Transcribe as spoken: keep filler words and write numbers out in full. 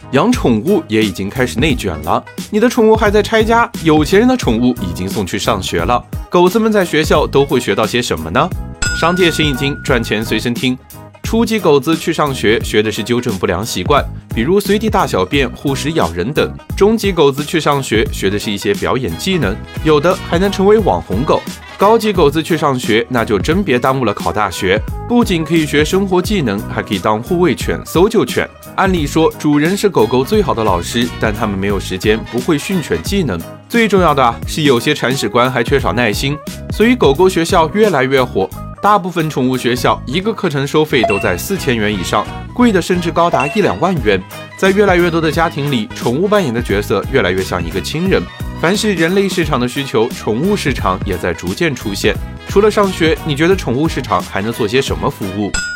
养宠物也已经开始内卷了。你的宠物还在拆家，有钱人的宠物已经送去上学了。狗子们在学校都会学到些什么呢？商界生意经，赚钱随身听。初级狗子去上学，学的是纠正不良习惯，比如随地大小便、护食咬人等。中级狗子去上学，学的是一些表演技能，有的还能成为网红狗。高级狗子去上学，那就真别耽误了考大学，不仅可以学生活技能，还可以当护卫犬、搜救犬。按理说，主人是狗狗最好的老师，但他们没有时间，不会训犬技能。最重要的啊，是有些铲屎官还缺少耐心，所以狗狗学校越来越火。大部分宠物学校一个课程收费都在四千元以上，贵的甚至高达一两万元。在越来越多的家庭里，宠物扮演的角色越来越像一个亲人。凡是人类市场的需求，宠物市场也在逐渐出现。除了上学，你觉得宠物市场还能做些什么服务？